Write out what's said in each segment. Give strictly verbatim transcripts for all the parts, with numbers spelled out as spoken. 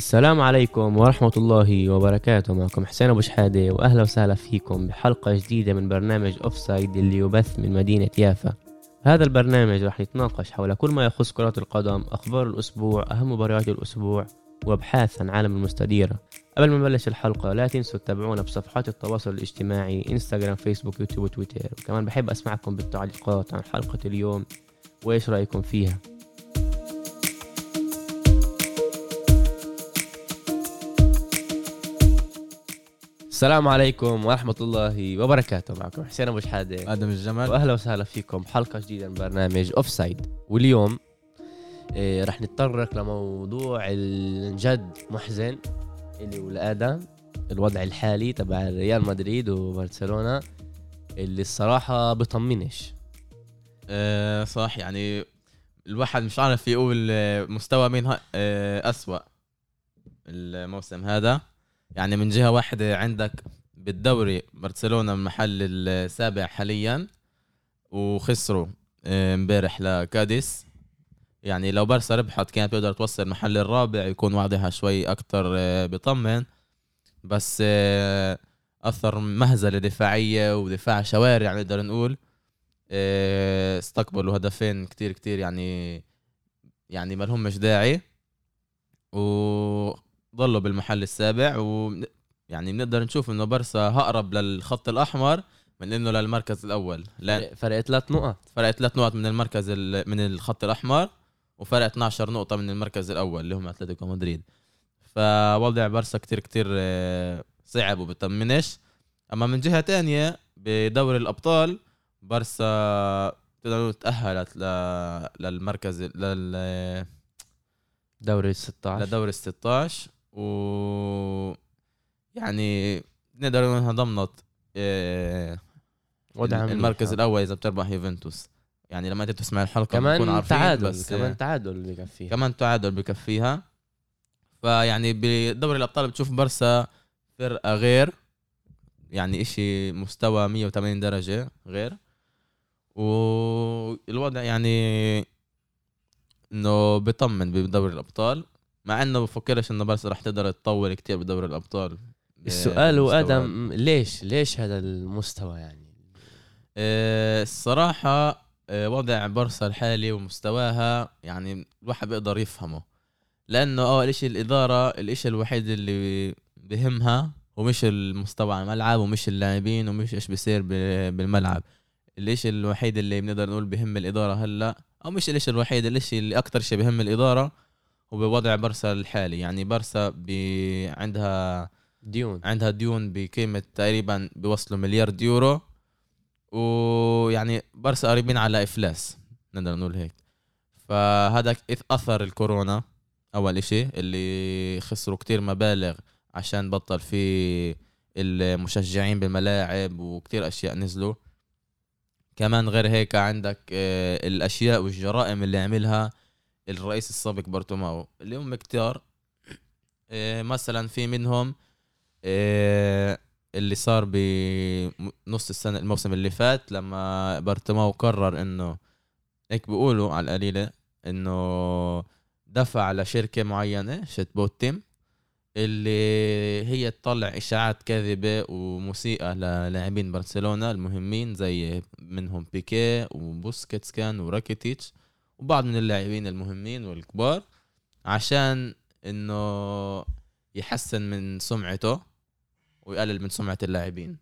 السلام عليكم ورحمة الله وبركاته. معكم حسين أبو شحادة، وأهلا وسهلا فيكم بحلقة جديدة من برنامج أوفسايد اللي يبث من مدينة يافا. هذا البرنامج رح يتناقش حول كل ما يخص كرة القدم، أخبار الأسبوع، أهم مباريات الأسبوع، وأبحاث عن عالم المستديرة. قبل ما نبلش الحلقة لا تنسوا تتابعونا بصفحات التواصل الاجتماعي إنستغرام، فيسبوك، يوتيوب وتويتر. وكمان بحب أسمعكم بالتعليقات عن حلقة اليوم وإيش رأيكم فيها. السلام عليكم ورحمة الله وبركاته. معكم حسين أبو شحادة، آدم الجمل، وأهلا وسهلا فيكم حلقة جديدة من برنامج أوفسايد. واليوم إيه رح نتطرق لموضوع الجد محزن اللي هو الآدم الوضع الحالي تبع ريال مدريد وبرشلونة، اللي الصراحة بطمنش. أه صح. يعني الواحد مش عارف يقول مستوى مين أه أسوأ الموسم هذا. يعني من جهة واحدة عندك بالدوري برشلونة المحل السابع حاليا، وخسروا امبارح لكاديس. يعني لو برسا ربحت كانت تقدر توصل المحل الرابع، يكون وضعها شوي أكتر بطمن. بس أثر مهزلة دفاعية ودفاع شوارع نقدر نقول. استقبلوا هدفين كتير كتير يعني يعني ما لهم مش داعي، وظلوا بالمحل السابع. ويعني بنقدر نشوف انه برسا هقرب للخط الاحمر من انه للمركز الاول. لا فرق ثلاث نقط فرق ثلاث نقط من المركز من الخط الاحمر، وفرق اثنا عشر نقطة من المركز الاول اللي هم اتلتيكو مدريد. فوضع برسا كتير كتير صعب وبتطمنش. اما من جهة تانية بدوري الابطال، برسا تقدر تأهلت للمركز لل دوري ستاشر لدوري ستاشر، و يعني نقدر نقول انها ضمنت إيه المركز الاول اذا بتربح يوفنتوس. يعني لما انت تسمع الحلقه بنكون عارفين، تعادل بس كمان تعادل بكفيها كمان تعادل بكفيها. فيعني بدوري الابطال بتشوف برسا فرقه غير، يعني اشي مستوى مية وثمانين درجه غير. والوضع يعني انه بيطمن بدوري الابطال، مع انه بفكرش انه برسا رح تقدر تطول كتير بدوري الابطال. السؤال هو ادم، ليش ليش هذا المستوى؟ يعني أه الصراحه أه وضع برسا الحالي ومستواها يعني الواحد بيقدر يفهمه، لانه اه الاشي الاداره الاشي الوحيد اللي بهمها ومش المستوى على الملعب ومش اللاعبين ومش ايش بيصير بالملعب. الاشي الوحيد اللي بنقدر نقول بهم الاداره هلا، او مش الاشي الوحيد، الاشي اللي اكتر شيء بهم الاداره وبوضع برسا الحالي. يعني برسا بي عندها ديون عندها ديون بقيمه تقريبا بيوصلوا مليار يورو، ويعني برسا قريبين على افلاس نقدر نقول هيك. فهذا اثر الكورونا اول اشي، اللي خسروا كتير مبالغ عشان بطل في المشجعين بالملاعب وكتير اشياء نزلوا. كمان غير هيك عندك الاشياء والجرائم اللي عملها الرئيس السابق بارتوماو اللي هم كتير. مثلا في منهم اللي صار بنص السنة الموسم اللي فات، لما بارتوماو قرر انه هيك بيقولوا على القليلة انه دفع لشركة معينة شت بوتيم اللي هي تطلع إشاعات كاذبة ومسيئة للاعبين برشلونة المهمين، زي منهم بيكي وبوسكيتس كان وراكيتيتش وبعض من اللاعبين المهمين والكبار، عشان إنه يحسن من سمعته ويقلل من سمعة اللاعبين.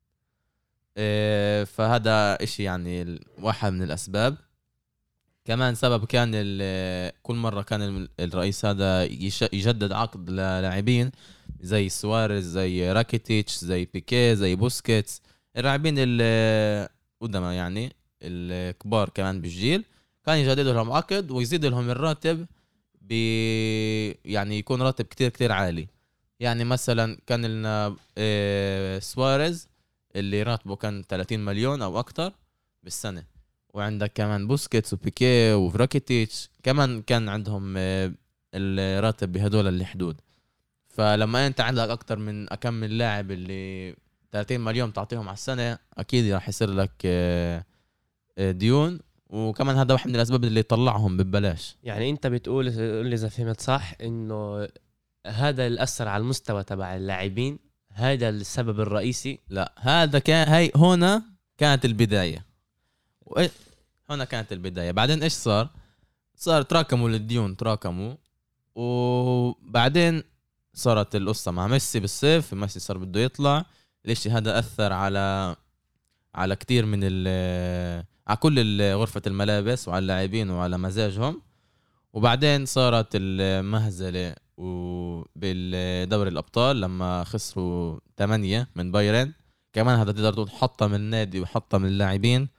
فهذا إشي يعني واحد من الأسباب. كمان سبب كان كل مرة كان الرئيس هذا يجدد عقد للاعبين زي سواريز زي راكيتيتش زي بيكي زي بوسكيتس، اللاعبين اللي قدما يعني الكبار كمان بالجيل، كان يجدد لهم عقد ويزيد لهم الراتب ب يعني يكون راتب كتير كتير عالي. يعني مثلا كان لنا سواريز اللي راتبه كان ثلاثين مليون أو أكتر بالسنة، وعندك كمان بوسكيتس وبيكي وفراكيتيتش كمان كان عندهم الراتب بهدول الحدود. فلما انت عندك اكتر من اكمل لاعب اللي ثلاثين مليون تعطيهم على السنة، اكيد راح يصير لك ديون، وكمان هذا واحد من الاسباب اللي يطلعهم ببلاش. يعني انت بتقول اللي اذا فهمت صح انه هذا اللي أثر على المستوى تبع اللاعبين؟ هذا السبب الرئيسي؟ لا، هذا كان هي هنا كانت البداية. وإيه هنا كانت البداية. بعدين إيش صار؟ صار تراكموا الديون، تراكموا، وبعدين صارت القصة مع ميسي بالصيف. ميسي صار بده يطلع. ليش هذا أثر على على كتير من ال على كل غرفة الملابس وعلى اللاعبين وعلى مزاجهم. وبعدين صارت المهزلة وبالدوري الأبطال لما خسروا ثمانية من بايرن، كمان هذا تقدر تقول حطم النادي وحطم اللاعبين.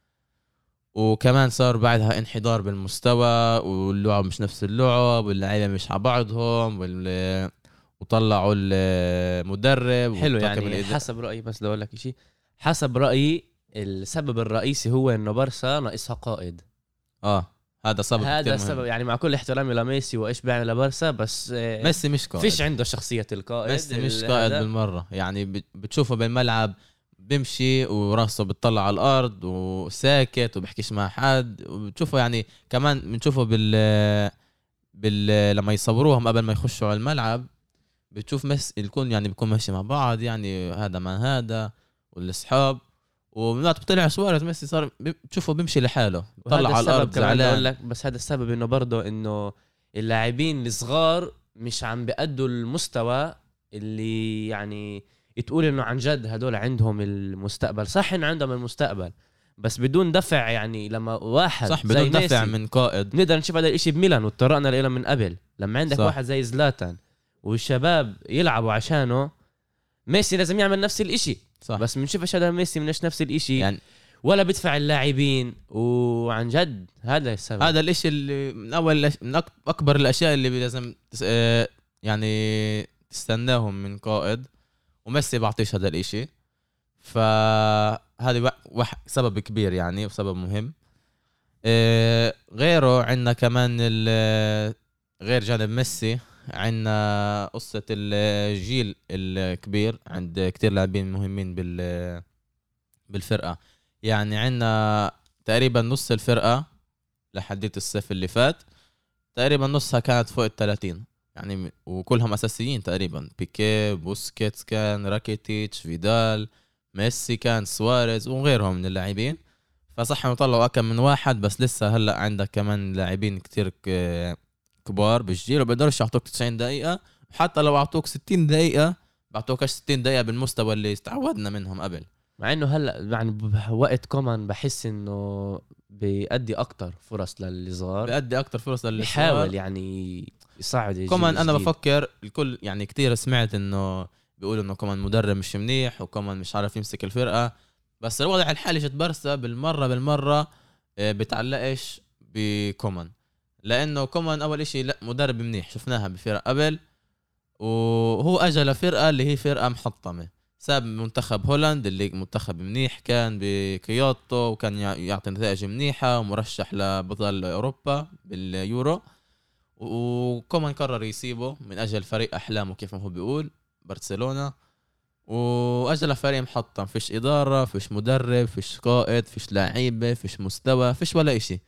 وكمان صار بعدها انحدار بالمستوى، واللعب مش نفس اللعب، واللاعيبة مش على بعضهم، وال... وطلعوا المدرب. حلو يعني حسب رأيي، بس بدي أقول لك شيء. حسب رأيي السبب الرئيسي هو إنه برشا ناقصها قائد. آه هذا سبب هذا السبب. يعني مع كل احترامي لميسي وإيش بيعمل لبرشا، بس ميسي مش قائد، فيش عنده شخصية القائد. ميسي مش قائد بالمرة. يعني بتشوفه بالملعب بيمشي وراسه بتطلع على الأرض وساكت وبحكيش مع حد. وبتشوفه يعني كمان بنشوفه بال بال لما يصوروهم قبل ما يخشوا على الملعب، بتشوف ميسي الكون يعني بيكون ماشي مع بعض، يعني هذا مع هذا والأصحاب. ومن وقت بطلع سواريز ميسي صار بتشوفه بيمشي لحاله، طلع على الأرض زعلان. لك بس هذا السبب إنه برضه إنه اللاعبين الصغار مش عم بيأدوا المستوى اللي يعني تقول إنه عن جد هدول عندهم المستقبل. صح إنه عندهم المستقبل بس بدون دفع. يعني لما واحد صح بدون دفع من قائد نقدر نشوف هذا الاشي بميلان واتطرقنا له من قبل. لما عندك صح. واحد زي زلاتان والشباب يلعبوا عشانه، ميسي لازم يعمل نفس الاشي. صح. بس بنشوفش هذا ميسي منش نفس الاشي يعني، ولا بدفع اللاعبين. وعن جد هذا السبب، هذا الاشي اللي من اول من اكبر الاشياء اللي لازم يعني تستناهم من قائد. وميسي بعطيش هذا الاشي، فهذا سبب كبير يعني وسبب مهم. غيره عندنا كمان غير جانب ميسي، عندنا قصة الجيل الكبير. عند كتير لاعبين مهمين بال بالفرقة. يعني عندنا تقريبا نص الفرقة لحديت الصيف اللي فات تقريبا نصها كانت فوق الثلاثين يعني، وكلهم أساسيين تقريبا. بيكي، بوسكيتس كان، راكيتيتش، فيدال، ميسي كان، سواريز وغيرهم من اللاعبين. فصح نطلعوا أكم من واحد، بس لسه هلأ عندك كمان لاعبين كتير كبار بالجيل وبقدرش يعطوك تسعين دقيقة. حتى لو أعطوك ستين دقيقة بعطوكش ستين دقيقة بالمستوى اللي استعودنا منهم قبل. مع إنه هلأ يعني بوقت كمان بحس إنه بيأدي أكتر فرص للي صغار، بيأدي أكتر فرص للي صغار، بيحاول يعني يصعد. كمان أنا بفكر الكل يعني كتير سمعت إنه بيقولوا إنه كمان مدرب مش منيح وكمان مش عارف يمسك الفرقة. بس الوضع الحالي جت برسا بالمرة بالمرة بتعلقش بكومان، لأنه كومان أول إشي لا مدرب منيح شفناها بفرقة قبل، وهو أجى لفرقة اللي هي فرقة محطمة. ساب منتخب هولند اللي منتخب منيح كان بكيوتو وكان يعطي نتائج منيحة ومرشح لبطل أوروبا باليورو، وكمان قرر يسيبه من أجل فريق أحلامه كيف ما هو بيقول برشلونة. وأجل فريق محطم، فيش إدارة، فيش مدرب، فيش قائد، فيش لاعيبة، فيش مستوى، فيش ولا إشي.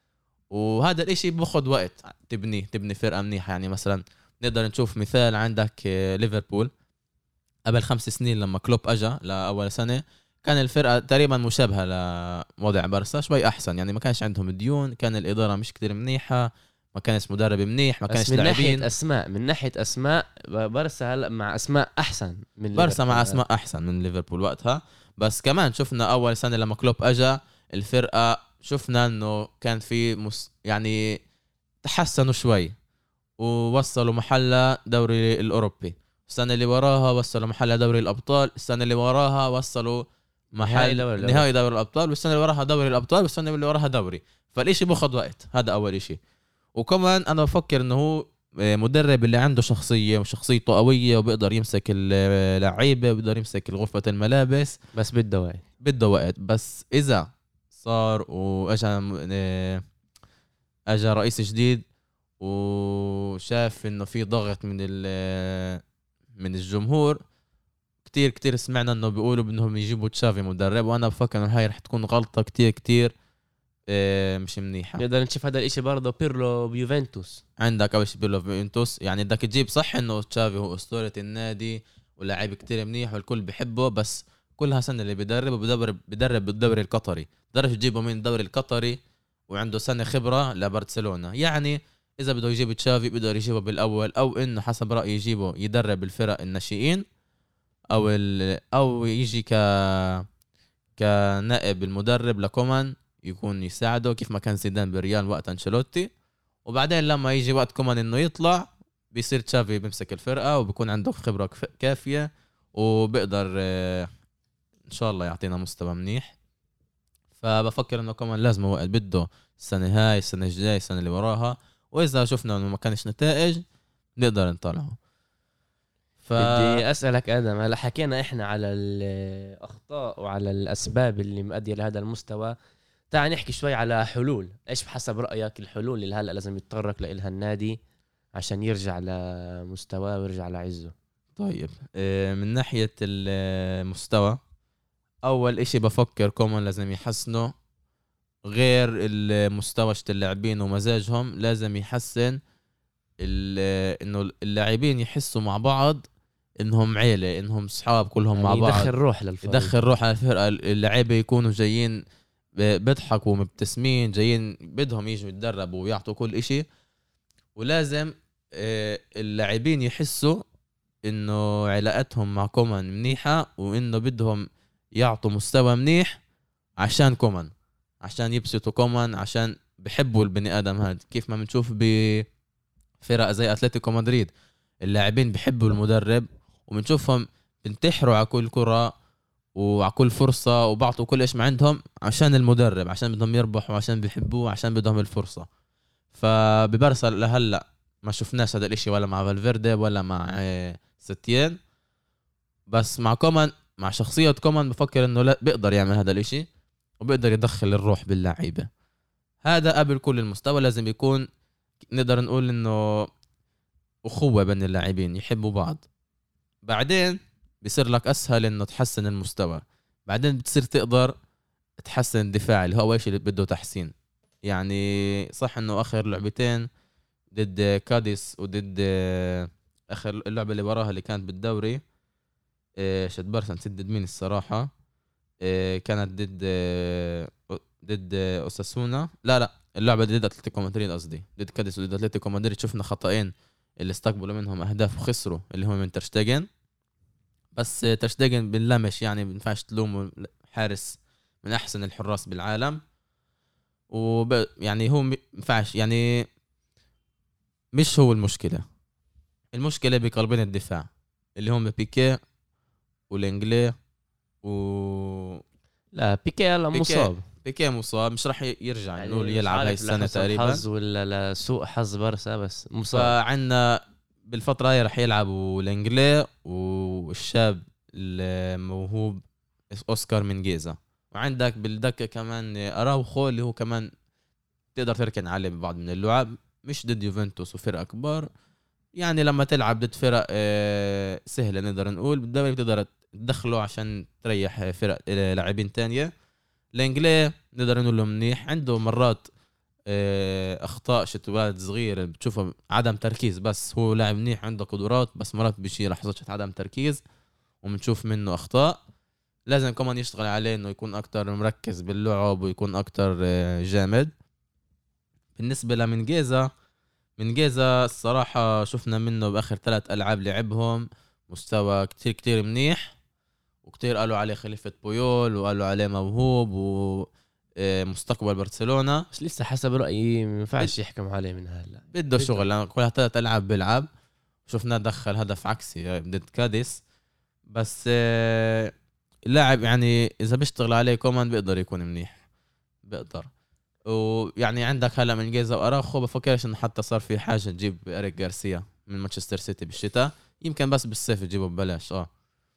وهذا الإشي بأخذ وقت تبني تبني فرقة منيحة. يعني مثلا نقدر نشوف مثال عندك ليفربول قبل خمس سنين لما كلوب أجا لأول سنة كان الفرقة تقريبا مشابهة لوضع برسا، شوي أحسن. يعني ما كانش عندهم ديون، كان الإدارة مش كتير منيحة، ما كانش مدرب منيح، ما كانش لاعبين. من ناحية أسماء من ناحية أسماء برسا هلأ مع أسماء أحسن من برسا مع أسماء أحسن من ليفربول وقتها. بس كمان شفنا أول سنة لما كلوب أجا الفرقة شفنا إنه كان في مس... يعني تحسنوا شوي ووصلوا محلة دوري الأوروبي. السنة اللي وراها وصلوا محل دوري الأبطال، السنة اللي وراها وصلوا محل دوري نهائي دوري الأبطال، والسنة اللي وراها دوري الأبطال، والسنة اللي وراها دوري. فالإشي بأخذ وقت، هذا أول إشي. وكمان أنا بفكر إنه هو مدرب اللي عنده شخصية وشخصيته قوية وبيقدر يمسك اللعيبة وبيقدر يمسك غرفة الملابس، بس بده وقت بده وقت. بس إذا صار وأجا أجا رئيس جديد وشاف إنه في ضغط من من الجمهور كتير كتير سمعنا إنه بيقولوا بأنهم يجيبوا تشافي مدرب، وأنا بفكر إنه هاي رح تكون غلطة كتير كتير إيه مش منيحة. نقدر نشوف هذا الاشي برضه بيرلو بيوفنتوس. عندك أول شيء بيرلو بيوفنتوس، يعني بدك تجيب صح إنه تشافي هو أسطورة النادي ولاعب كتير منيح والكل بيحبه، بس كلها سنة اللي بيدرب وبدرب بدرب بالدوري القطري. درش تجيبه من الدوري القطري وعنده سنة خبرة لبرشلونة. يعني إذا بده يجيب تشافي بيقدر يجيبه بالأول، أو إنه حسب رأيي يجيبه يدرب الفرق الناشئين، أو ال... أو يجي ك كنائب المدرب لكومان يكون يساعده كيف ما كان زيدان بريال وقت أنشيلوتي. وبعدين لما يجي وقت كومان إنه يطلع بيصير تشافي بيمسك الفرقة وبيكون عنده خبرة كافية وبيقدر إن شاء الله يعطينا مستوى منيح. فبفكر إنه كمان لازم وقت بده السنة هاي السنة الجاي السنة اللي وراها، وإذا شفنا إنه ما كانش نتائج نقدر نطلعه. ف... بدي أسألك آدم، هلا حكينا إحنا على الأخطاء وعلى الأسباب اللي مؤدية لهذا المستوى. تعال نحكي شوي على حلول. إيش بحسب رأيك الحلول اللي هلأ لازم يتطرق لإلها النادي عشان يرجع لمستواه ويرجع لعزه؟ طيب من ناحية المستوى، أول إشي بفكر كومان لازم يحسنه غير المستوى اللاعبين ومزاجهم، لازم يحسن إنه اللاعبين يحسوا مع بعض إنهم عيلة، إنهم صحاب كلهم يعني مع بعض. يدخل روح للفريق، يدخل روح على الفرقة. اللاعبين يكونوا جايين بيضحكوا ومبتسمين، جايين بدهم يجوا يتدربوا ويعطوا كل إشي. ولازم اللاعبين يحسوا إنه علاقتهم مع كومان منيحة وإنه بدهم يعطوا مستوى منيح عشان كومان، عشان يبسطوا كومان، عشان بحبوا البني آدم هذا. كيف ما بنشوف بفرق زي أتلتيكو مدريد اللاعبين بحبوا المدرب وبنشوفهم بنتحروا على كل كرة وعلى كل فرصة وبعطوا كل إيش ما عندهم عشان المدرب، عشان بدهم يربحوا، عشان بيحبوه، عشان بدهم الفرصة. فببرسا لهلأ ما شفناش هذا الاشي ولا مع فالفيردي ولا مع ستين، بس مع كومان مع شخصية كومان بفكر انه لا بيقدر يعمل هذا الاشي وبيقدر يدخل الروح باللاعيبة. هذا قبل كل المستوى لازم يكون نقدر نقول انه أخوة بين اللاعبين يحبوا بعض. بعدين بيصير لك أسهل انه تحسن المستوى. بعدين بتصير تقدر تحسن الدفاع اللي هو ايش اللي بده تحسين. يعني صح انه اخر لعبتين ضد كاديس وضد اخر اللعبه اللي وراها اللي كانت بالدوري شد برشا نسيت ضد مين الصراحه، كانت ضد ضد اوساسونا. لا لا اللعبه ضد اتلتيكو مدريد، قصدي ضد كاديس وضد اتلتيكو مدريد. شفنا خطأين اللي استقبلوا منهم اهداف وخسروا اللي هم من ترشتيجن. بس ترشتيجن بنلمش يعني بنفعش تلومه، حارس من احسن الحراس بالعالم. وب يعني هو مفعش يعني مش هو المشكلة. المشكلة بقلبين الدفاع اللي هم بيكي والإنجلي و لا بيكي هلا مصاب. بيكي مصاب مش راح يرجع يعني نقول يلعب هاي السنة تقريبا، حظ ولا لسوء حظ برسا بس مصاب. فعنا بالفترة هاي راح يلعبوا الإنجلي والشاب الموهوب أوسكار من جيزة. وعندك بالدكة كمان أراوخو اللي هو كمان تقدر تركن عليه ببعض من اللعب، مش ضد يوفنتوس وفرق كبار. يعني لما تلعب ضد فرق سهلة نقدر نقول بالدوري بتقدر تدخله عشان تريح فرق لاعبين تانية. الانجلي نقدر نقول له منيح، عنده مرات اخطاء شتوات صغيرة بتشوفه عدم تركيز، بس هو لاعب منيح عنده قدرات، بس مرات بيجي لحظات عدم تركيز وبنشوف منه اخطاء. لازم كمان يشتغل عليه انه يكون اكتر مركز باللعب ويكون اكتر جامد. بالنسبة لمن جيزة من جيزة الصراحة شفنا منه بآخر ثلاث ألعاب لعبهم مستوى كتير كتير منيح، وكتير قالوا عليه خليفة بويول وقالوا عليه موهوب ومستقبل برشلونة. بس لسه حسب رأيي ما ينفعش يحكم عليه من هلا، بده شغل. كل ثلاث ألعاب بيلعب شفنا دخل هدف عكسي ضد كاديس، بس اللاعب يعني إذا بيشتغل عليه كمان بيقدر يكون منيح بيقدر. ويعني عندك هلا من جيزة وأراخو بفكرش إنه حتى صار في حاجة تجيب إريك غارسيا من مانشستر سيتي بالشتاء، يمكن بس بالصيف تجيبه ببلاش. آه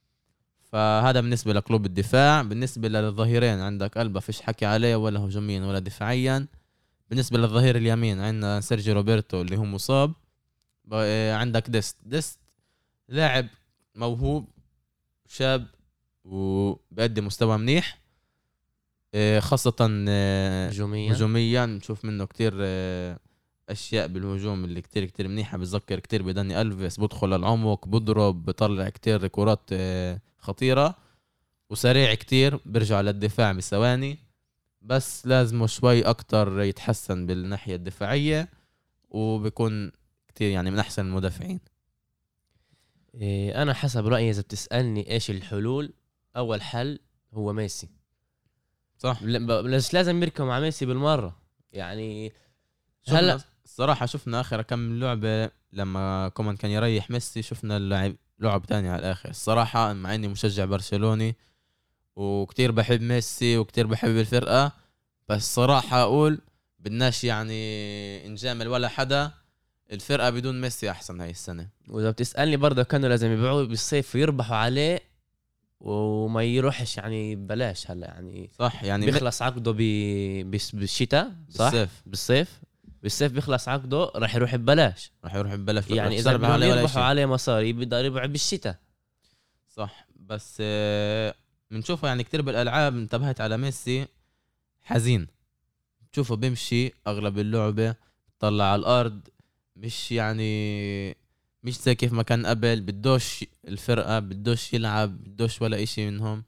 فهذا بالنسبة لقلوب الدفاع. بالنسبة للظهيرين عندك قلبه فيش حكي عليه ولا هجوميا ولا دفاعيا. بالنسبة للظهير اليمين عندنا سيرجي روبرتو اللي هو مصاب. عندك ديست ديست لاعب موهوب شاب وبيقدم مستوى منيح، آه، خاصة آه، هجوميا هجوميا نشوف منه كتير آه، اشياء بالهجوم اللي كتير كتير منيحة. بتذكر كتير بداني ألفيس، بدخل للعمق، بضرب، بطلع كتير كرات آه، خطيرة، وسريع كتير، برجع للدفاع بثواني. بس لازمه شوي اكتر يتحسن بالناحية الدفاعية، وبيكون كتير يعني من احسن المدافعين. إيه، انا حسب رايي اذا بتسالني ايش الحلول، اول حل هو ميسي. صح. ل- ب- بس لازم يركب مع ميسي بالمره يعني. شفنا هلا الصراحة، شفنا آخر كم لعبة لما كومان كان يريح ميسي، شفنا اللعب لعب تاني على الآخر الصراحة. مع إني مشجع برشلوني وكتير بحب ميسي وكتير بحب الفرقة، بس صراحة أقول بدناش يعني نجامل ولا حدا، الفرقة بدون ميسي أحسن هاي السنة. واذا بتسالني برضه كانوا لازم يبيعوه بالصيف ويربحوا عليه وما يروحش يعني ببلاش. هلا يعني صح يعني م... بيخلص عقده ب... بس- بالشتاء صح. بالصيف بالصيف بالصيف بيخلص عقده راح يروح ببلاش. راح يروح ببلاش، راح يعني اذا يربح بدهم عليه ولا يربحوا شيء. عليه مصاري بيقدر يربح بالشتاء. صح. بس آه، بنشوفه يعني كتير بالألعاب، انتبهت على ميسي حزين، تشوفه بيمشي أغلب اللعبة طلع على الأرض، مش يعني مش زي كيف ما كان قبل، بدوش الفرقة، بدوش يلعب، بدوش ولا إشي منهم.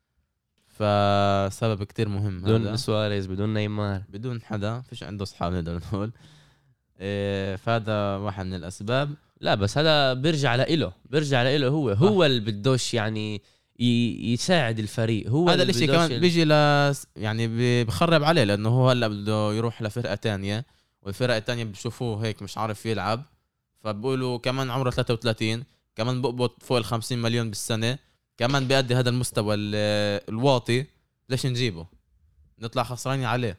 فسبب كتير مهم بدون هذا. سواريز بدون نيمار. بدون حدا، فيش عنده أصحاب نقدر نقول. إيه، فهذا واحد من الأسباب. لا بس هذا بيرجع لإله بيرجع لإله هو هو اللي بدوش يعني ي- يساعد الفريق. هو هذا اللي الاشي بدوش كمان ال... بيجي ل يعني بي- بخرب عليه، لانه هو هلا بده يروح لفرقة تانية، والفرقة التانية بشوفوه هيك مش عارف يلعب، فبقولوا كمان عمره ثلاثة وثلاثين، كمان بقبض فوق ال خمسين مليون بالسنة، كمان بيأدي هذا المستوى ال- الواطي، ليش نجيبه نطلع خسرانين عليه؟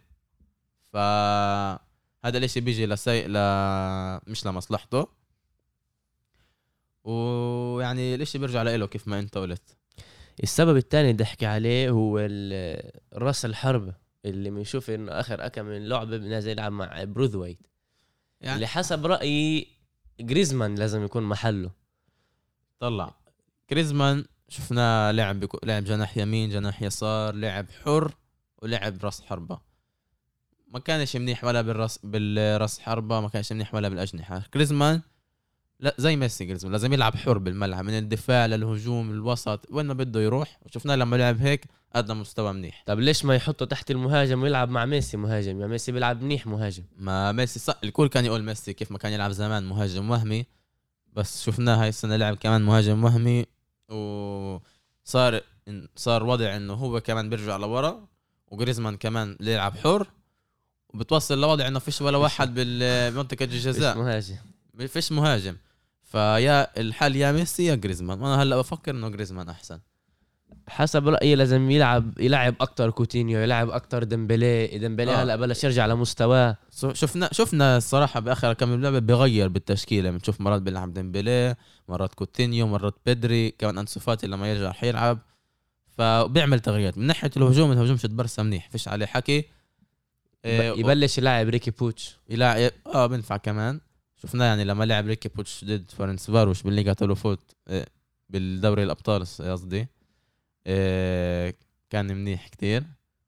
فهذا الاشي بيجي لسي ل مش لمصلحته، ويعني الاشي بيرجع له كيف ما انت قلت. السبب الثاني اللي احكي عليه هو ال- راس الحرب اللي بنشوف انه اخر اكم من لعبه نازل يلعب مع بروذوايت يعني اللي حسب رايي جريزمان لازم يكون محله. طلع كريزمان شفناه لعب بكو... لعب جناح يمين، جناح يسار، لعب حر، ولعب راس حربة. ما كانش منيح ولا بالراس بالراس حربة، ما كانش منيح ولا بالأجنحة. كريزمان لا زي ميسي، كريزمان لازم يلعب حر بالملعب، من الدفاع للهجوم الوسط وين ما بده يروح، وشفناه لما لعب هيك أدى مستوى منيح. طب ليش ما يحطه تحت المهاجم ويلعب مع ميسي مهاجم؟ يا ميسي بيلعب منيح مهاجم. ما ميسي صح، الكل كان يقول ميسي كيف ما كان يلعب زمان مهاجم وهمي، بس شفناه هاي السنة لعب كمان مهاجم وهمي، وصار صار وضع انه هو كمان بيرجع لورا، وجريزمان كمان يلعب حر، وبتوصل لوضع انه فيش ولا واحد بالمنطقة مش الجزاء، مهاجم. فيش مهاجم. فيا الحل يا ميسي يا جريزمان، وانا هلا بفكر انه جريزمان احسن. حسب رأيي لازم يلعب يلعب اكتر كوتينيو، يلعب اكتر ديمبلي. ديمبلي آه. هلا بلش يرجع لمستواه. شفنا شفنا الصراحة باخر كم لعبة بغير بالتشكيلة، بنشوف مرات بيلعب ديمبلي، مرات كوتينيو، مرات بدري، كمان انسو فاتي لما يرجع حيلعب، فبيعمل تغييرات. من ناحية الهجوم، الهجوم شد برسا منيح، فيش عليه حكي. إيه، يبلش يلعب ريكي بوتش. يلعب اه بنفع كمان. شفناه يعني لما لعب ريكي بوتش ضد فورنس فاروش بالليغا تلوفوت، إيه بالدوري الابطال قصدي، إيه كان منيح كتير.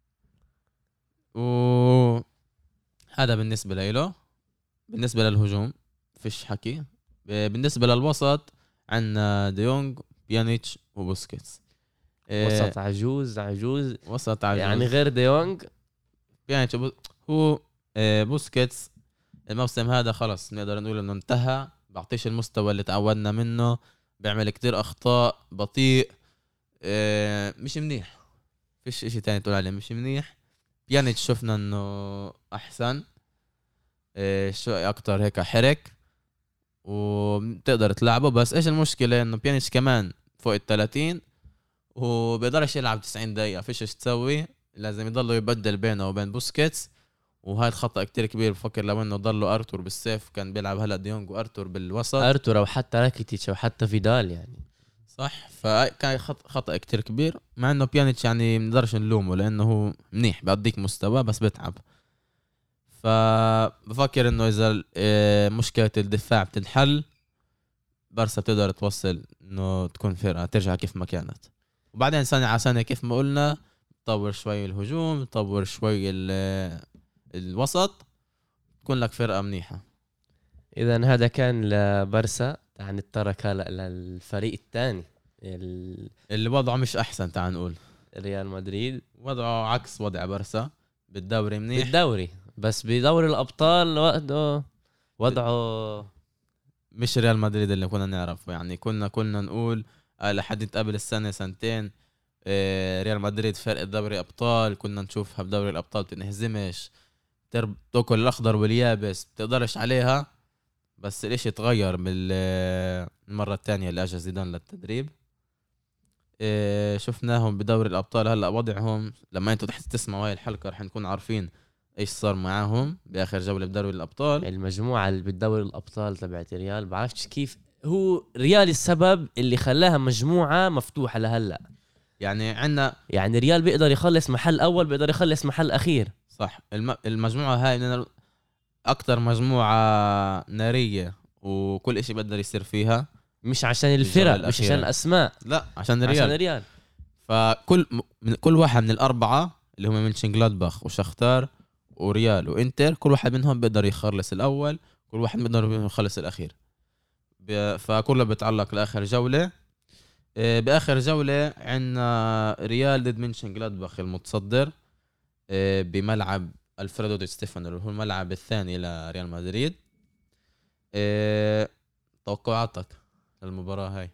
وهذا بالنسبة له. بالنسبة للهجوم فيش حكي. بالنسبة للوسط عندنا ديونج، بيانيتش، وبوسكيتس. إيه وسط عجوز عجوز وسط عجوز يعني غير ديونج. بيانيتش هو إيه بوسكيتس الموسم هذا خلص نقدر نقول انه انتهى، بعطيش المستوى اللي تعودنا منه، بيعمل كتير اخطاء، بطيء، إيه مش منيح، فيش اشي تاني تقول عليه مش منيح. بيانيتش شفنا انه احسن، إيه شو اكتر هيك حرك وبتقدر تلعبه، بس ايش المشكلة انه بيانيتش كمان فوق الثلاثين وبيقدرش يلعب تسعين دقيقة، فيش ايش تسوي، لازم يضل يبدل بينه وبين بوسكيتس، وهاي الخطأ كتير كبير. بفكر لو انه ضلوا ارتور بالسيف كان بيلعب هلا ديونج وارتور بالوسط، ارتور او حتى راكيتيتش او حتى فيدال يعني. صح. فكان خط... خطأ كتير كبير، مع انه بيانيتش يعني منقدرش نلومه لانه هو منيح بيعطيك مستوى بس بتعب. فبفكر انه اذا آه، مشكلة الدفاع بتنحل، بارسا بتقدر توصل انه تكون فرقة ترجع كيف ما كانت. وبعدين سنة على سنة كيف ما قلنا تطور شوي الهجوم، تطور شوي الوسط، تكون لك فرقة منيحة. إذا هذا كان لبرسا. تعال نتطرق هلا للفريق الثاني ال... اللي وضعه مش أحسن. تعال نقول ريال مدريد وضعه عكس وضع برسا. بالدوري منيح، بالدوري، بس بدوري الأبطال وقته وضعه مش ريال مدريد اللي كنا نعرفه. يعني كنا كنا نقول لحد قبل السنة سنتين ريال مدريد فرق دوري أبطال، كنا نشوفها بدوري الأبطال بتنهزمش، تاكل الأخضر واليابس، بتقدرش عليها. بس الاشي تغير بالمرة الثانية اللي اجى زيدان للتدريب. شفناهم بدوري الأبطال. هلأ وضعهم لما انتوا تحت تسمعوا هاي الحلقة رح نكون عارفين ايش صار معاهم بآخر جولة بدوري الأبطال. المجموعة اللي بالدوري الأبطال تبعت ريال بعرفش كيف هو ريال السبب اللي خلاها مجموعة مفتوحة لهلأ. يعني عنا يعني ريال بيقدر يخلص محل أول، بيقدر يخلص محل أخير. صح. الم... المجموعة هاي من أكتر مجموعة نارية، وكل إشي بقدر يصير فيها. مش عشان الفرق، مش عشان الأسماء، لا عشان الريال. عشان الريال. فكل من كل واحد من الأربعة اللي هم مينشنغلادباخ وشختار وريال وإنتر، كل واحد منهم بيقدر يخلص الأول، كل واحد بيقدر يخلص الأخير. ب... فكله بيتعلق لآخر جولة. بآخر جولة عنا ريال ضد مينشنغلادباخ المتصدر بملعب الفريدو دي ستيفانو اللي هو الملعب الثاني لريال مدريد. توقعاتك للمباراة هاي؟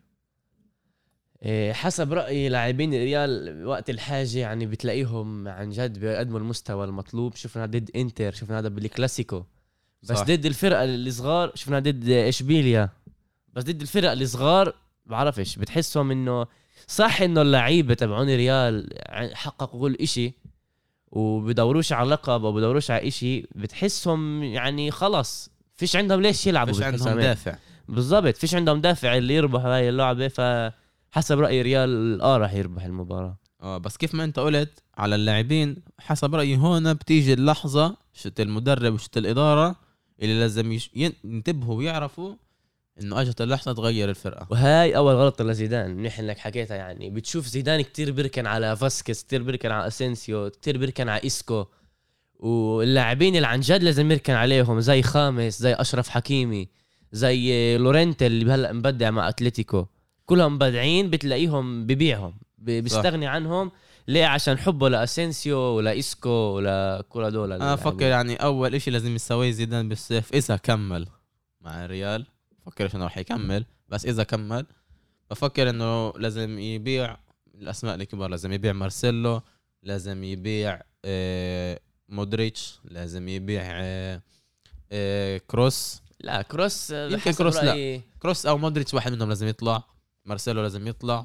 حسب رأيي لاعبين الريال وقت الحاجة يعني بتلاقيهم عن جد بيقدموا المستوى المطلوب. شفنا ضد انتر، شفنا هذا بالكلاسيكو. بس صح. ضد الفرقة الصغار شفنا ضد إشبيليا. بس ضد الفرق الصغار بعرفش، بتحسهم انه صح انه اللعيبة تبعون ريال حققوا كل اشي وبدوروش على لقب او بدوروش على اشي، بتحسهم يعني خلص فيش عندهم ليش يلعبوا، فيش عندهم دافع. بالضبط، فيش عندهم دافع اللي يربح هاي اللعبة. فحسب رأيي ريال اه راح يربح المباراة. اه بس كيف ما انت قلت على اللاعبين، حسب رأيي هون بتيجي اللحظة شت المدرب وشت الإدارة اللي لازم يش... ينتبهوا ويعرفوا انه اجت اللحظه تغير الفرقه. وهاي اول غلطه لزيدان نحن لك حكيتها. يعني بتشوف زيدان كتير بيركن على فاسكيز، كتير بيركن على اسينسيو، كتير بيركن على اسكو، واللاعبين اللي عن جد لازم يركن عليهم زي خامس، زي اشرف حكيمي، زي لورنت اللي هلا مبدع مع اتلتيكو، كلهم مبدعين بتلاقيهم ببيعهم، بيستغني عنهم. ليه؟ عشان حبه لاسينسيو ولا اسكو ولا كل هذول. انا افكر يعني اول إشي لازم يسويه زيدان بالصيف اذا كمل مع الريال، بفكر انه راح يكمل، بس اذا كمل بفكر انه لازم يبيع الاسماء الكبار. لازم يبيع مارسيلو، لازم يبيع آه مودريتش، لازم يبيع آه آه كروس. لا كروس يمكن كروس لا كروس او مودريتش، واحد منهم لازم يطلع. مارسيلو لازم يطلع.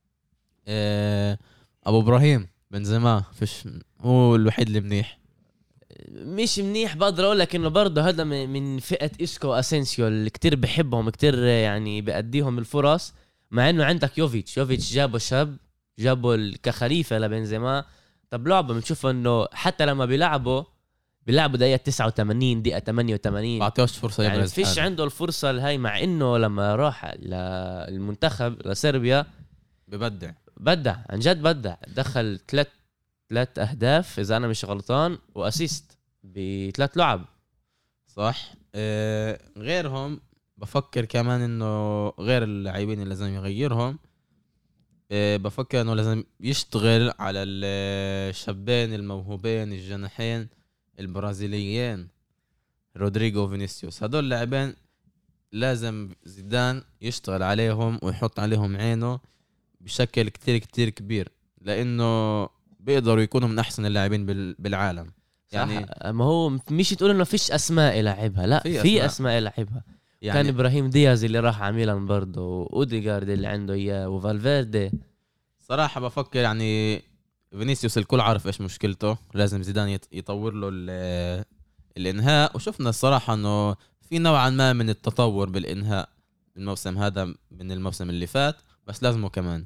آه ابو ابراهيم بنزيما فيش، هو الوحيد اللي منيح. مش منيح بقدر اقول لك انه برضه هذا من فئه اسكو اسينسيو اللي كتير بحبهم، كتير يعني بأديهم الفرص. مع انه عندك يوفيتش يوفيتش جابه شاب، جابه كخليفه لبنزيما. طب لعبه بنشوف انه حتى لما بيلعبوا بيلعبوا دقيقه تسعة وثمانين دقيقه ثمانية وثمانين، ما اعطيوش فرصه يعني فيش عنده الفرصه الهاي. مع انه لما راح للمنتخب لصربيا ببدع بدع عن جد، بدع دخل ثلاث ثلاث اهداف اذا انا مش غلطان، واسيست بثلاث لعب. صح. آه غيرهم بفكر كمان انه غير اللاعبين اللي لازم يغيرهم، آه بفكر انه لازم يشتغل على الشابين الموهوبين الجناحين البرازيليين رودريغو وفينيسيوس. هدول اللاعبين لازم زيدان يشتغل عليهم ويحط عليهم عينه بشكل كتير كتير كبير، لانه بيقدروا يكونوا من احسن اللاعبين بالعالم. يعني ما هو مش تقول انه فيش اسماء يلعبها، لا في, في اسماء يلعبها. يعني كان ابراهيم دياز اللي راح على ميلان برضه، واوديغارد اللي عنده اياه، وفالفيردي. صراحه بفكر يعني فينيسيوس الكل عارف ايش مشكلته، لازم زيدان يطور له الانهاء. وشفنا الصراحه انه في نوعا ما من التطور بالانهاء الموسم هذا من الموسم اللي فات، بس لازمه كمان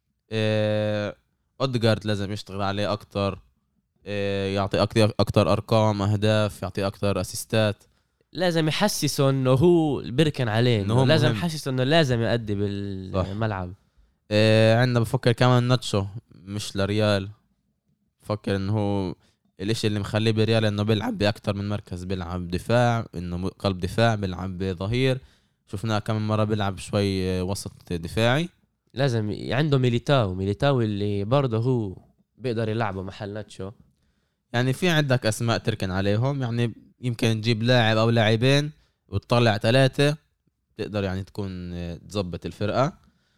إيه اوديغارد لازم يشتغل عليه اكتر، إيه يعطي اكتر اكتر ارقام اهداف، يعطي اكتر اسيستات. لازم يحسسه انه هو بيركن عليه، انه لازم يحسسه انه لازم يؤدي بالملعب. إيه عندنا بفكر كمان ناتشو مش لريال، بفكر انه هو الاشي اللي مخليه بريال انه بيلعب باكثر من مركز، بيلعب دفاع، انه قلب دفاع، بيلعب بظهير، شفناه كم مرة بيلعب شوي وسط دفاعي. لازم عنده ميليتاو ميليتاو اللي برضه هو بيقدر يلعبه محل ناتشو. يعني في عندك اسماء تركن عليهم، يعني يمكن تجيب لاعب او لاعبين وتطلع ثلاثة تقدر يعني تكون تظبط الفرقة.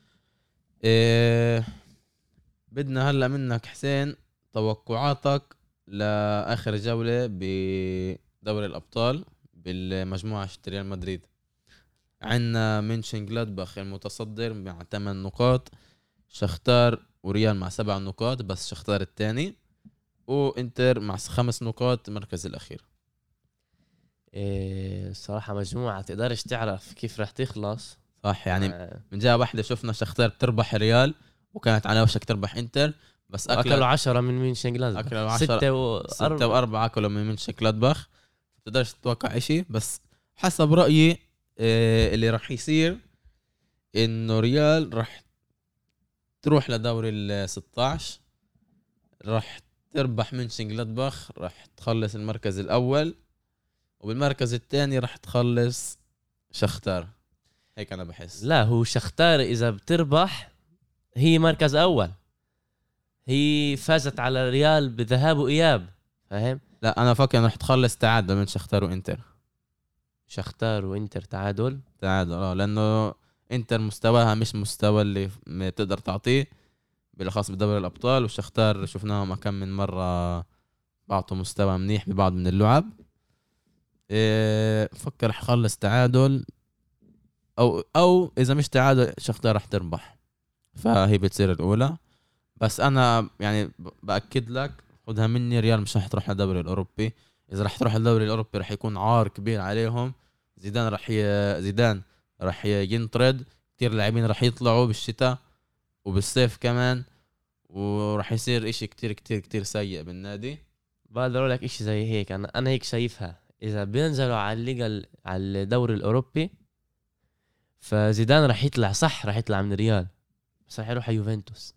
إيه بدنا هلا منك حسين توقعاتك لاخر جولة بدوري الابطال بالمجموعة ريال مدريد. عندنا منشن جلادباخ المتصدر مع ثمان نقاط، شختار وريال مع سبع نقاط بس شختار الثاني، وانتر مع خمس نقاط المركز الاخير. إيه صراحة مجموعة تقدرش تعرف كيف رح تخلص. صح يعني آه. من جهة واحدة شفنا شختار بتربح ريال وكانت على وشك تربح انتر، بس أكلوا عشرة من مين شنجلادباخ، أكلوا ستة عشرة و... ستة وأربعة أكلوا من منشن جلادباخ. تقدرش تتوقع إشي، بس حسب رأيي إيه اللي رح يصير إنه ريال رح تروح لدوري ال ستة عشر، رح تربح منشن جلادباخ، رح تخلص المركز الأول، وبالمركز الثاني رح تخلص شختار. هيك أنا بحس. لا هو شختار إذا بتربح هي مركز أول، هي فازت على ريال بذهاب وإياب، فاهم؟ لا أنا فكر رح تخلص تعادل من شختار وإنتر. شختار وإنتر تعادل تعادل اه لأنه إنتر مستواها مش مستوى اللي تقدر تعطيه بالخاص بدوري الأبطال، وشختار شفناهم كم من مرة بعطوا مستوى منيح ببعض من اللعب. إيه فكر رح خلص تعادل، او او اذا مش تعادل شختار رح تربح، فهي بتصير الاولى. بس انا يعني باكد لك خدها مني، ريال مش رح تروح للدوري الاوروبي. اذا رح تروح للدوري الاوروبي رح يكون عار كبير عليهم. زيدان رح ي... زيدان رح ينطرد، كتير لاعبين رح يطلعوا بالشتاء وبالصيف كمان، ورح يصير اشي كتير كتير كتير سيء بالنادي. بقدر اقول لك اشي زي هيك، انا انا هيك شايفها. اذا بينزلوا على الليغا على الدوري الاوروبي فزيدان رح يطلع، صح رح يطلع من ريال، بس رح يروح على يوفنتوس.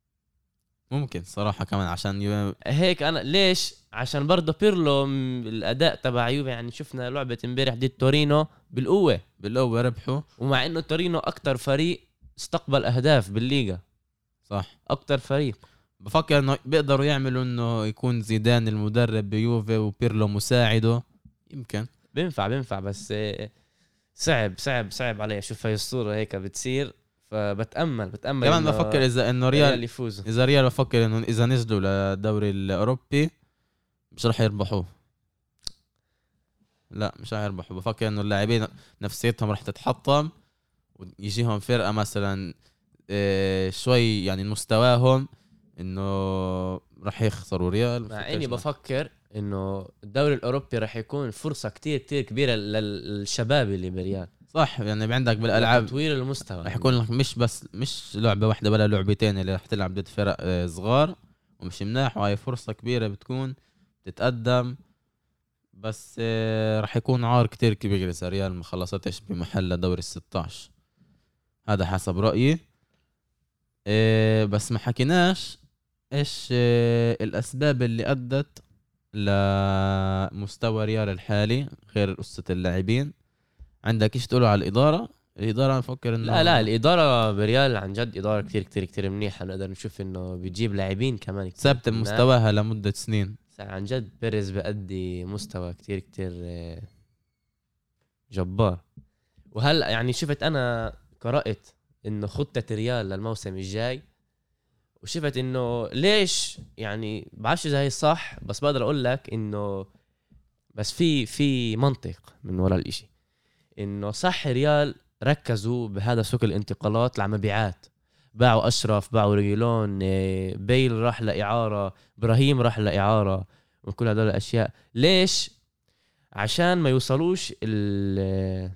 ممكن صراحة كمان عشان يو... هيك انا ليش؟ عشان برضه بيرلو م- الاداء تبع يوفي، يعني شفنا لعبة امبارح ضد تورينو بالقوة بالأول ربحوا. ومع انه تورينو اكتر فريق استقبل اهداف بالليغا، صح اكتر فريق. بفكر انه بيقدروا يعملوا انه يكون زيدان المدرب بيوفي وبيرلو مساعده، يمكن بينفع بينفع بس آه، صعب صعب صعب علي اشوف هاي الصورة هيك بتصير، فبتأمل بتأمل كمان إنه بفكر اذا انه ريال ريال يفوز. اذا ريال بفكر انه اذا نزلوا للدوري الاوروبي مش راح يربحوه. لا مش راح يربحوا. بفكر انه اللاعبين نفسيتهم راح تتحطم ويجيهم فرقة مثلا إيه شوي يعني مستواهم انه راح يخسروا ريال. مع اني بفكر انه الدوري الاوروبي راح يكون فرصة كتير كتير كبيرة للشباب اللي بريال. صح يعني عندك بالالعاب تطوير المستوى راح يكون لك مش بس مش لعبة واحدة ولا لعبتين اللي راح تلعب ضد فرق آه، صغار ومش مناح، وهي فرصة كبيرة بتكون تتقدم. بس آه، راح يكون عار كتير كبير إذا ريال ما خلصتش بمحل دوري الستاش، هذا حسب رأيي. آه، بس ما حكيناش ايش آه، الاسباب اللي ادت لمستوى ريال الحالي غير قصة اللاعبين. عندك ايش تقولوا على الإدارة؟ الإدارة أنا بفكر إنه لا لا الإدارة بريال عن جد إدارة كتير كتير كتير منيحة، نقدر نشوف إنه بيجيب لاعبين كمان ثابت مستواها لمدة سنين. عن جد بيريز بأدي مستوى كتير كتير جبار. وهلأ يعني شفت أنا قرأت إنه خطة ريال للموسم الجاي، وشفت إنه ليش يعني بعرفش إذا هي صح، بس بقدر أقول لك إنه بس في في منطق من وراء الإشي. إنه صح ريال ركزوا بهذا سوق الانتقالات لمبيعات، باعوا أشرف، باعوا ريجيلون، بيل راح لإعارة، إبراهيم راح لإعارة، وكل هذول الأشياء. ليش؟ عشان ما يوصلوش ال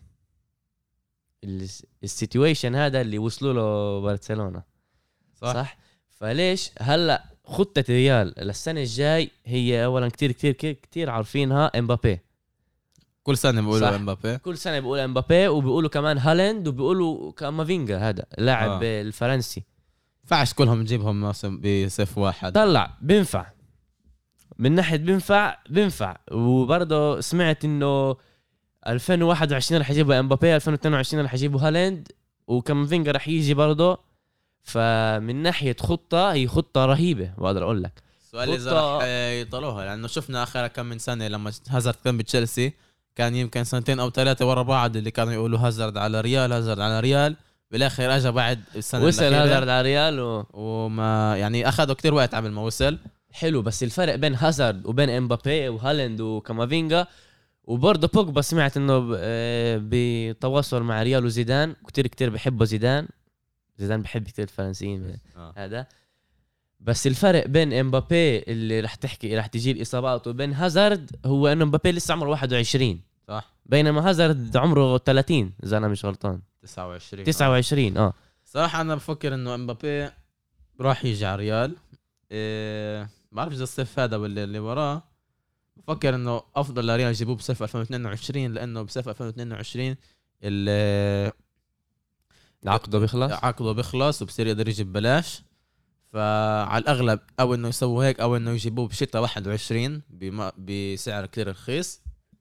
السيتويشن هذا اللي وصلوا له برشلونة. صح. صح فليش هلأ خطة ريال للسنة الجاي هي أولا كتير كتير كتير, كتير عارفينها إمبابي. كل سنة بيقولوا إمبابي، كل سنة بيقولوا إمبابي، وبيقولوا كمان هالاند، وبيقولوا كامافينجا هذا اللاعب آه. الفرنسي. فعش كلهم نجيبهم بصيف واحد. طلع بينفع من ناحيه بينفع بينفع وبرضه سمعت انه ألفين وواحد وعشرين رح يجيبوا امبابي، ألفين واثنين وعشرين رح يجيبوا هالاند، وكامافينجا رح يجي برضه. فمن ناحيه خطه هي خطه رهيبه بقدر اقول لك. السؤال اذا رح يطلعوها، لانه شفنا اخر كم من سنه لما هازارد كان بتشيلسي كان يمكن سنتين او ثلاثه ورا بعض اللي كانوا يقولوا هازارد على ريال هازارد على ريال، بالاخر اجى بعد السنه وصل هازارد على ريال و... وما يعني اخذوا كتير وقت قبل ما وصل. حلو، بس الفرق بين هازارد وبين امبابي وهالاند وكامافينجا وبرضه بوجبا سمعت انه بتواصل مع ريال وزيدان، كتير كتير بحبه زيدان زيدان بحب كتير الفرنسيين آه. هذا بس الفرق بين امبابي اللي رح تحكي رح تجي الاصابات وبين هازارد هو انه امبابي لسه عمره واحد وعشرين صح، بينما هازارد عمره ثلاثين اذا انا مش غلطان تسعة وعشرين تسعة وعشرين اه صراحه انا بفكر انه امبابي راح يجي على ريال. إيه بعرف اذا الصيف هذا ولا اللي وراه، بفكر انه افضل لريال يجيبوه بصيف ألفين واثنين وعشرين، لانه بصيف ألفين واثنين وعشرين عقده بيخلص عقده بيخلص وبصير يقدر يجيب ببلاش. فعلى الاغلب او انه يسووا هيك او انه يجيبوه بشتاء واحد وعشرين بسعر كتير رخيص.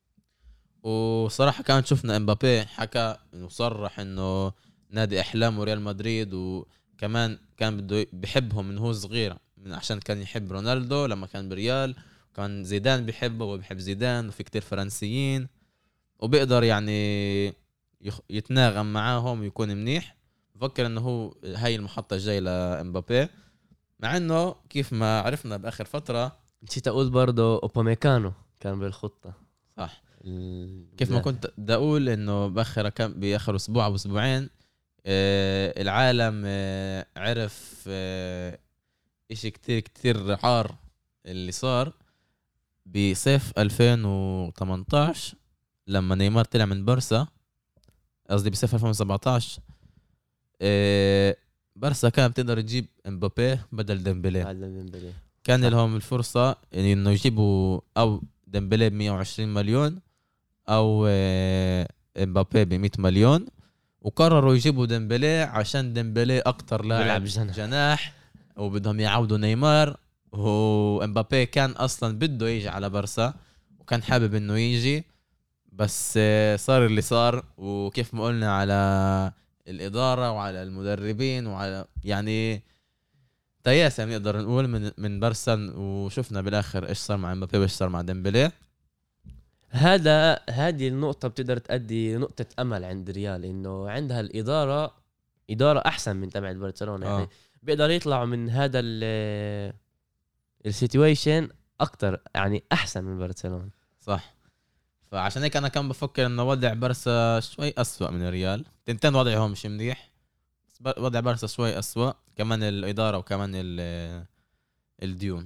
وصراحه كانت شفنا امبابي حكى انه صرح انه نادي احلامه ريال مدريد، وكمان كان بده بحبهم من هو صغير، من عشان كان يحب رونالدو لما كان بريال، كان زيدان بيحبه وبيحب زيدان، وفي كتير فرنسيين وبيقدر يعني يتناغم معاهم ويكون منيح. بفكر انه هو هاي المحطة الجاية لامبابي، مع انه كيف ما عرفنا باخر فترة نسيت اقول برضه اوباميكانو كان بالخطة صح. كيف ما كنت بدي اقول انه باخر كم باخر اسبوع او اسبوعين آه العالم آه عرف آه اشي كتير كتير عار اللي صار بصيف ألفين وثمانية عشر لما نيمار طلع من بارسا، قصدي بصيف ألفين وسبعة عشر آه بارسا كانت بتقدر تجيب امبابي بدل ديمبلي. كان لهم الفرصة انه يجيبوا او ديمبلي ب مية وعشرين مليون او امبابي ب مية مليون، وقرروا يجيبوا ديمبلي عشان ديمبلي اكتر لاعب جناح وبدهم يعودوا نيمار. وامبابي كان اصلا بده يجي على بارسا وكان حابب انه يجي، بس صار اللي صار. وكيف ما قلنا على الاداره وعلى المدربين وعلى يعني تياسة نقدر نقول من من بارسا، وشفنا بالاخر ايش صار مع امبابي وايش صار مع ديمبلي. هذا هذه النقطة بتقدر تأدي نقطة أمل عند ريال، إنه عندها الإدارة إدارة أحسن من تبع برشلونة آه. يعني بيقدر يطلعوا من هذا ال السيتويشن أكتر، يعني أحسن من برشلونة صح. فعشان هيك أنا كان بفكر إنه وضع بارسا شوي أسوأ من ريال، تنتين وضعهم مش منيح، وضع بارسا شوي أسوأ، كمان الإدارة وكمان الديون.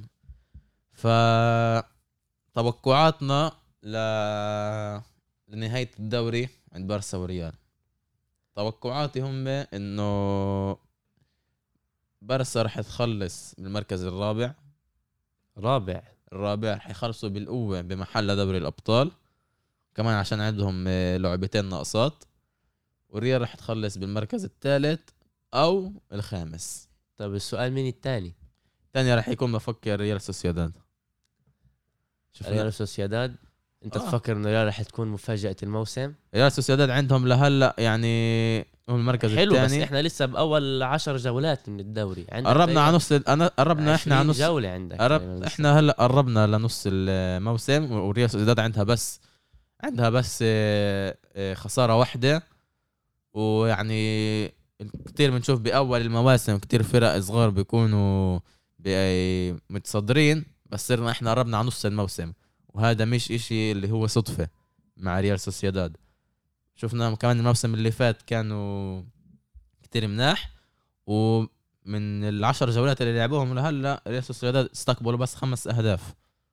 فتوقعاتنا ل... لنهاية الدوري عند بارسا وريال، توقعاتي هم إنه بارسا رح تخلص بالمركز الرابع رابع الرابع رح يخلصوا بالقوة بمحل دوري الأبطال، كمان عشان عندهم لعبتين ناقصات. والريال رح تخلص بالمركز الثالث أو الخامس. طب السؤال مين الثاني؟ الثاني رح يكون بفكر ريال سوسيداد. ريال سوسيداد انت آه. تفكر انه ريال رح تكون مفاجأة الموسم؟ ريال سوسيداد عندهم لهلا يعني هم المركز الثاني حلو، بس احنا لسه باول عشر جولات من الدوري، قربنا على نص انا قربنا احنا على نص جولة عندك قرب... احنا هلا قربنا لنص الموسم، وريال سوسيداد عندها بس عندها بس خسارة واحدة. ويعني كتير بنشوف بأول المواسم كتير فرق صغار بيكونوا متصدرين، بس صرنا احنا قربنا على نص الموسم، وهذا مش اشي اللي هو صدفة مع ريال سوسيداد. شفنا كمان الموسم اللي فات كانوا كتير مناح، ومن العشر جولات اللي لعبوهم لهلا ريال سوسيداد استقبلوا بس خمس أهداف.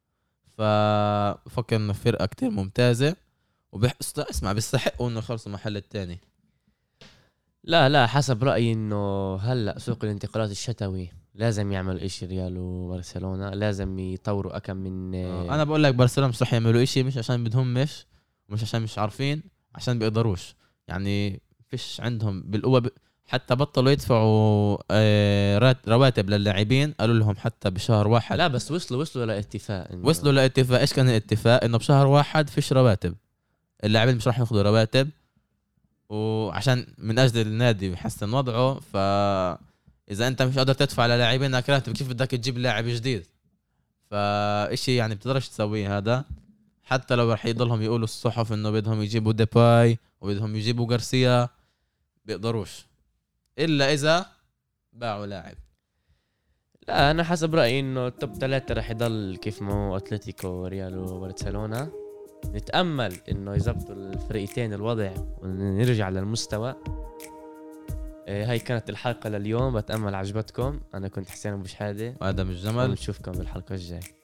ففكر إنه فرقة كتير ممتازة وبح... اسمع بيستحقوا إنه يخلصوا محل التاني. لا لا حسب رأيي إنه هلا سوق الانتقالات الشتوي لازم يعمل إشي ريال وبرشلونة، لازم يطوروا أكم من آه. أنا بقول لك برشلونة مش رح يعملوا إشي، مش عشان بدهم مش ومش عشان مش عارفين، عشان بيقدروش. يعني فيش عندهم بالقوة ب... حتى بطلوا يدفعوا آه، رات- رواتب للاعبين. قالوا لهم حتى بشهر واحد لا بس وصلوا وصلوا لاتفاق إنه- وصلوا لاتفاق. ايش كان الاتفاق؟ انه بشهر واحد فيش رواتب، اللاعبين مش راح ياخذوا رواتب، وعشان من اجل النادي يحسن وضعه. فاذا انت مش قادر تدفع للاعبينك راتب كيف بدك تجيب لاعب جديد؟ فاشي يعني بتقدرش تسويه هذا. حتى لو رح يضلهم يقولوا الصحف انه بدهم يجيبوا ديباي وبدهم يجيبوا غارسيا، بيقدروش الا اذا باعوا لاعب. لا انا حسب رايي انه التوب ثلاثة رح يضل كيف ما هو، اتلتيكو ريال وبرشلونه. نتامل انه يزبطوا الفريقين الوضع ونرجع للمستوى. إيه، هاي كانت الحلقه لليوم، بتامل عجبتكم. انا كنت حسين ابو شحاده وادم الجمل، ونشوفكم بالحلقه الجايه.